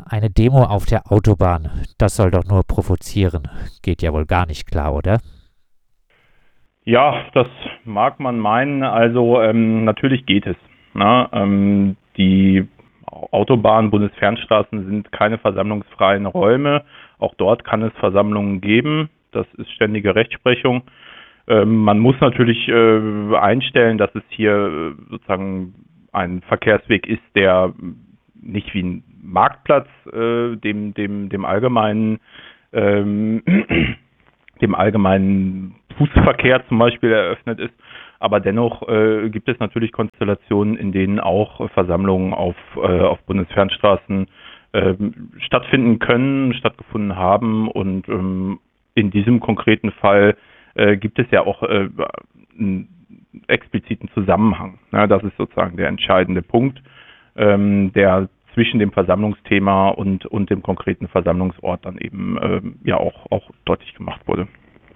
Eine Demo auf der Autobahn, das soll doch nur provozieren. Geht ja wohl gar nicht klar, oder? Ja, das mag man meinen. Also natürlich geht es. Ne? Die Autobahnen, Bundesfernstraßen sind keine versammlungsfreien Räume. Auch dort kann es Versammlungen geben. Das ist ständige Rechtsprechung. Man muss natürlich einstellen, dass es hier sozusagen ein Verkehrsweg ist, der nicht wie ein Marktplatz dem allgemeinen ähm, dem allgemeinen Fußverkehr zum Beispiel eröffnet ist. Aber dennoch gibt es natürlich Konstellationen, in denen auch Versammlungen auf Bundesfernstraßen stattfinden können, stattgefunden haben. Und in diesem konkreten Fall gibt es ja auch einen expliziten Zusammenhang. Ja, das ist sozusagen der entscheidende Punkt, der zwischen dem Versammlungsthema und dem konkreten Versammlungsort dann eben ja auch deutlich gemacht wurde.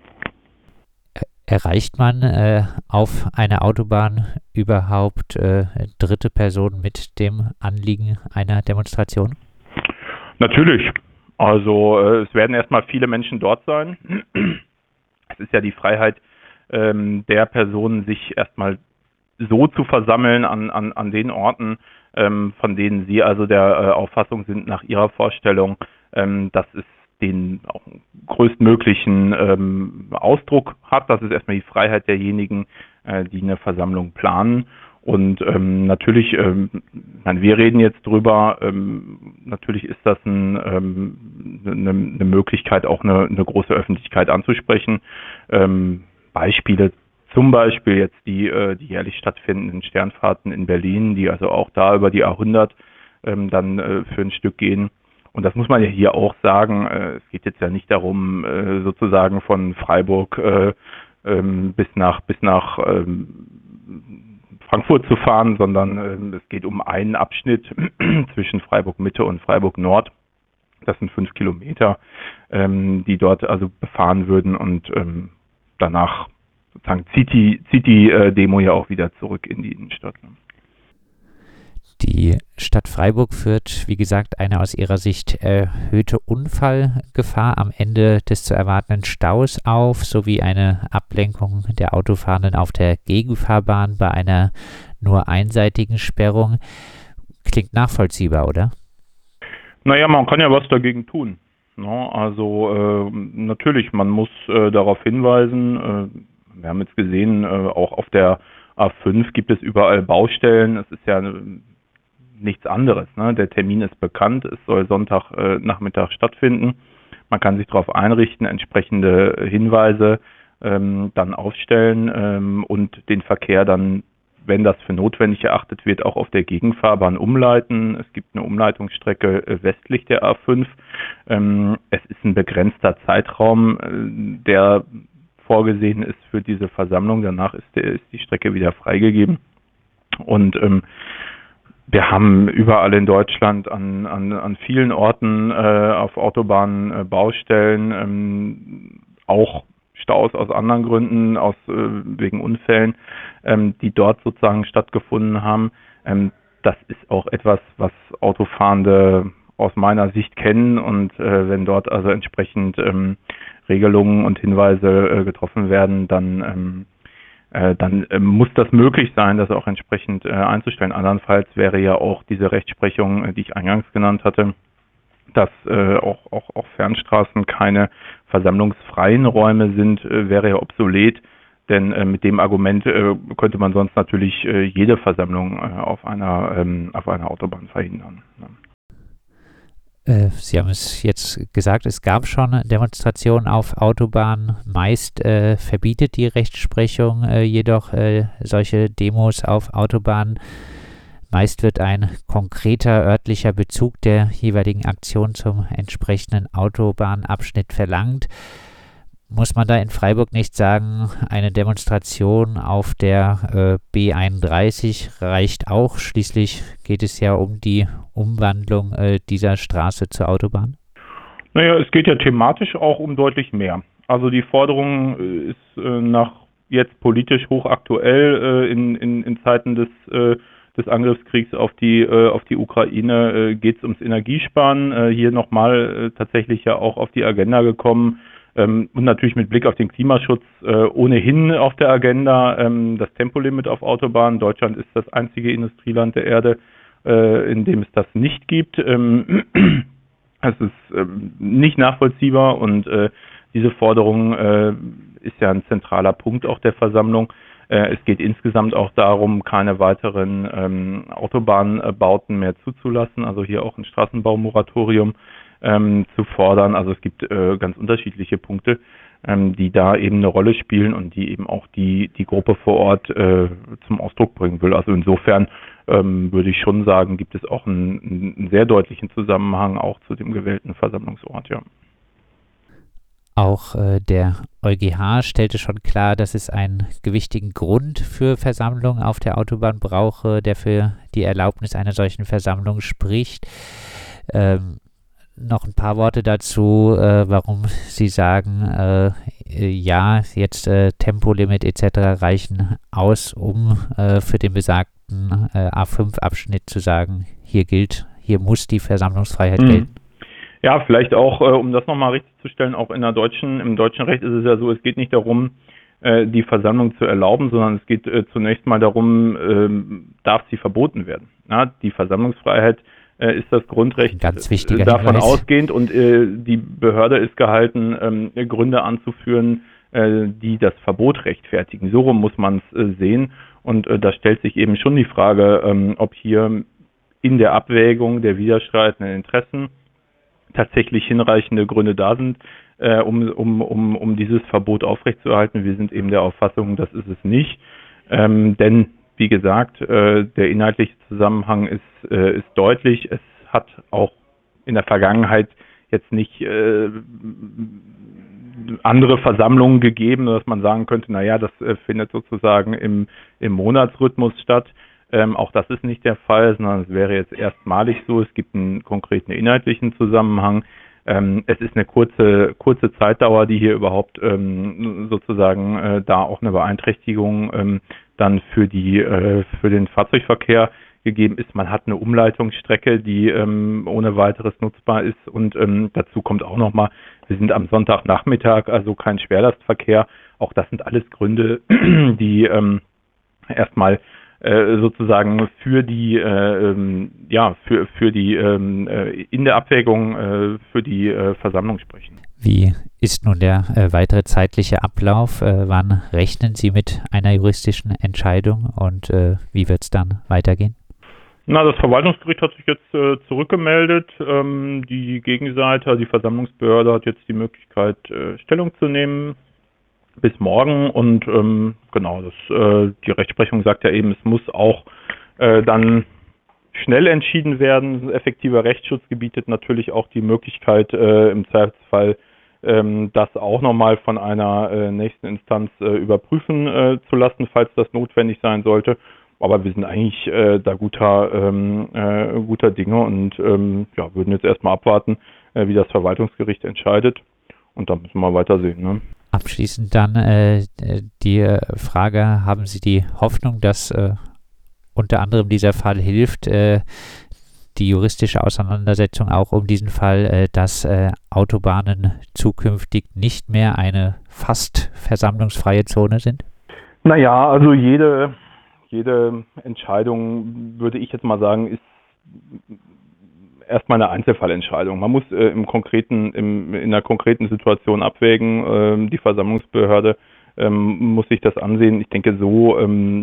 Erreicht man auf einer Autobahn überhaupt dritte Personen mit dem Anliegen einer Demonstration? Natürlich. Also es werden erstmal viele Menschen dort sein. Es ist ja die Freiheit der Personen, sich erstmal so zu versammeln an den Orten, von denen sie also der Auffassung sind, nach ihrer Vorstellung, dass es den auch größtmöglichen Ausdruck hat. Das ist erstmal die Freiheit derjenigen, die eine Versammlung planen. Und natürlich, wir reden jetzt drüber, natürlich ist das eine Möglichkeit, auch eine große Öffentlichkeit anzusprechen. Beispiele, zum Beispiel jetzt die jährlich stattfindenden Sternfahrten in Berlin, die also auch da über die A100 dann für ein Stück gehen. Und das muss man ja hier auch sagen, es geht jetzt ja nicht darum, sozusagen von Freiburg bis nach Frankfurt zu fahren, sondern es geht um einen Abschnitt zwischen Freiburg Mitte und Freiburg Nord. Das sind 5 Kilometer, die dort also befahren würden, und danach sozusagen zieht die Demo ja auch wieder zurück in die Innenstadt. Die Stadt Freiburg führt, wie gesagt, eine aus ihrer Sicht erhöhte Unfallgefahr am Ende des zu erwartenden Staus auf, sowie eine Ablenkung der Autofahrenden auf der Gegenfahrbahn bei einer nur einseitigen Sperrung. Klingt nachvollziehbar, oder? Naja, man kann ja was dagegen tun. No, also natürlich, man muss darauf hinweisen, wir haben jetzt gesehen, auch auf der A5 gibt es überall Baustellen. Es ist ja nichts anderes. Ne? Der Termin ist bekannt, es soll Sonntagnachmittag stattfinden. Man kann sich darauf einrichten, entsprechende Hinweise dann aufstellen und den Verkehr dann, wenn das für notwendig erachtet wird, auch auf der Gegenfahrbahn umleiten. Es gibt eine Umleitungsstrecke westlich der A5. Es ist ein begrenzter Zeitraum, der vorgesehen ist für diese Versammlung. Danach ist die Strecke wieder freigegeben. Und wir haben überall in Deutschland an vielen Orten auf Autobahnen Baustellen, auch Staus aus anderen Gründen, wegen Unfällen, die dort sozusagen stattgefunden haben. Das ist auch etwas, was Autofahrende aus meiner Sicht kennen, und wenn dort also entsprechend Regelungen und Hinweise getroffen werden, dann muss das möglich sein, das auch entsprechend einzustellen. Andernfalls wäre ja auch diese Rechtsprechung, die ich eingangs genannt hatte, dass auch Fernstraßen keine versammlungsfreien Räume sind, wäre ja obsolet. Denn mit dem Argument könnte man sonst natürlich jede Versammlung auf einer Autobahn verhindern. Sie haben es jetzt gesagt, es gab schon Demonstrationen auf Autobahnen. Meist verbietet die Rechtsprechung jedoch solche Demos auf Autobahnen. Meist wird ein konkreter örtlicher Bezug der jeweiligen Aktion zum entsprechenden Autobahnabschnitt verlangt. Muss man da in Freiburg nicht sagen, eine Demonstration auf der B31 reicht auch? Schließlich geht es ja um die Umwandlung dieser Straße zur Autobahn. Naja, es geht ja thematisch auch um deutlich mehr. Also die Forderung ist nach jetzt politisch hochaktuell in Zeiten des des Angriffskriegs auf die Ukraine geht es ums Energiesparen. Hier nochmal tatsächlich ja auch auf die Agenda gekommen. Und natürlich mit Blick auf den Klimaschutz ohnehin auf der Agenda. Das Tempolimit auf Autobahnen. Deutschland ist das einzige Industrieland der Erde, in dem es das nicht gibt. Es ist nicht nachvollziehbar und diese Forderung ist ja ein zentraler Punkt auch der Versammlung. Es geht insgesamt auch darum, keine weiteren Autobahnbauten mehr zuzulassen, also hier auch ein Straßenbaumoratorium zu fordern. Also es gibt ganz unterschiedliche Punkte, die da eben eine Rolle spielen und die eben auch die Gruppe vor Ort zum Ausdruck bringen will. Also insofern würde ich schon sagen, gibt es auch einen sehr deutlichen Zusammenhang auch zu dem gewählten Versammlungsort, ja. Auch der EuGH stellte schon klar, dass es einen gewichtigen Grund für Versammlungen auf der Autobahn brauche, der für die Erlaubnis einer solchen Versammlung spricht. Noch ein paar Worte dazu, warum Sie sagen, ja, jetzt Tempolimit etc. reichen aus, um für den besagten A5-Abschnitt zu sagen, hier muss die Versammlungsfreiheit gelten. Ja, vielleicht auch, um das nochmal richtig zu stellen, auch im deutschen Recht ist es ja so, es geht nicht darum, die Versammlung zu erlauben, sondern es geht zunächst mal darum, darf sie verboten werden. Ja, die Versammlungsfreiheit ist das Grundrecht davon ausgehend und die Behörde ist gehalten, Gründe anzuführen, die das Verbot rechtfertigen. So rum muss man es sehen und da stellt sich eben schon die Frage, ob hier in der Abwägung der widerstreitenden Interessen tatsächlich hinreichende Gründe da sind, um dieses Verbot aufrechtzuerhalten. Wir sind eben der Auffassung, das ist es nicht. Denn, wie gesagt, der inhaltliche Zusammenhang ist deutlich. Es hat auch in der Vergangenheit jetzt nicht andere Versammlungen gegeben, dass man sagen könnte, naja, das findet sozusagen im Monatsrhythmus statt. Auch das ist nicht der Fall, sondern es wäre jetzt erstmalig so. Es gibt einen konkreten inhaltlichen Zusammenhang. Es ist eine kurze Zeitdauer, die hier überhaupt sozusagen da auch eine Beeinträchtigung dann für den Fahrzeugverkehr gegeben ist. Man hat eine Umleitungsstrecke, die ohne weiteres nutzbar ist und dazu kommt auch nochmal, wir sind am Sonntagnachmittag, also kein Schwerlastverkehr. Auch das sind alles Gründe, die erstmal sozusagen für die in der Abwägung für die Versammlung sprechen. Wie ist nun der weitere zeitliche Ablauf? Wann rechnen Sie mit einer juristischen Entscheidung und wie wird es dann weitergehen? Na, das Verwaltungsgericht hat sich jetzt zurückgemeldet. Die Gegenseite, die Versammlungsbehörde, hat jetzt die Möglichkeit, Stellung zu nehmen bis morgen und genau, die Rechtsprechung sagt ja eben, es muss auch dann schnell entschieden werden. Effektiver Rechtsschutz gebietet natürlich auch die Möglichkeit, im Zweifelsfall das auch nochmal von einer nächsten Instanz überprüfen zu lassen, falls das notwendig sein sollte. Aber wir sind eigentlich da guter Dinge und würden jetzt erstmal abwarten, wie das Verwaltungsgericht entscheidet. Und dann müssen wir weitersehen. Ne? Abschließend dann die Frage, haben Sie die Hoffnung, dass unter anderem dieser Fall hilft, die juristische Auseinandersetzung auch um diesen Fall, dass Autobahnen zukünftig nicht mehr eine fast versammlungsfreie Zone sind? Naja, also jede Entscheidung, würde ich jetzt mal sagen, ist erstmal eine Einzelfallentscheidung. Man muss in einer konkreten Situation abwägen. Die Versammlungsbehörde muss sich das ansehen. Ich denke, so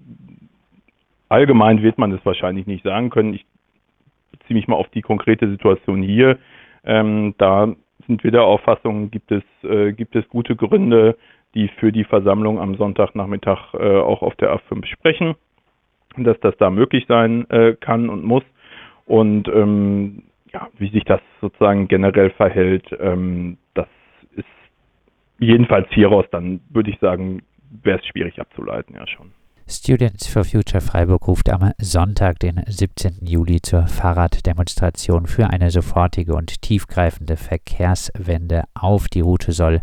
allgemein wird man das wahrscheinlich nicht sagen können. Ich beziehe mich mal auf die konkrete Situation hier. Da sind wir der Auffassung, gibt es gute Gründe, die für die Versammlung am Sonntagnachmittag auch auf der A5 sprechen, dass das da möglich sein kann und muss. Und wie sich das sozusagen generell verhält, das ist jedenfalls hieraus, dann würde ich sagen, wäre es schwierig abzuleiten, ja schon. Students for Future Freiburg ruft am Sonntag, den 17. Juli zur Fahrraddemonstration für eine sofortige und tiefgreifende Verkehrswende auf. Die Route soll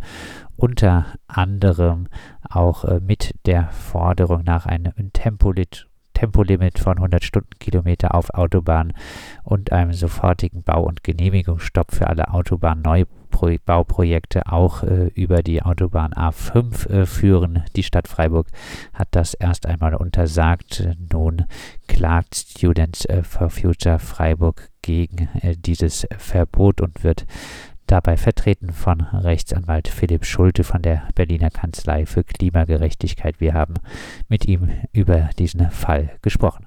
unter anderem auch mit der Forderung nach einem Tempolimit von 100 Stundenkilometer auf Autobahnen und einem sofortigen Bau- und Genehmigungsstopp für alle Autobahnneubauprojekte auch über die Autobahn A5 führen. Die Stadt Freiburg hat das erst einmal untersagt. Nun klagt Students for Future Freiburg gegen dieses Verbot und wird dabei vertreten von Rechtsanwalt Philipp Schulte von der Berliner Kanzlei für Klimagerechtigkeit. Wir haben mit ihm über diesen Fall gesprochen.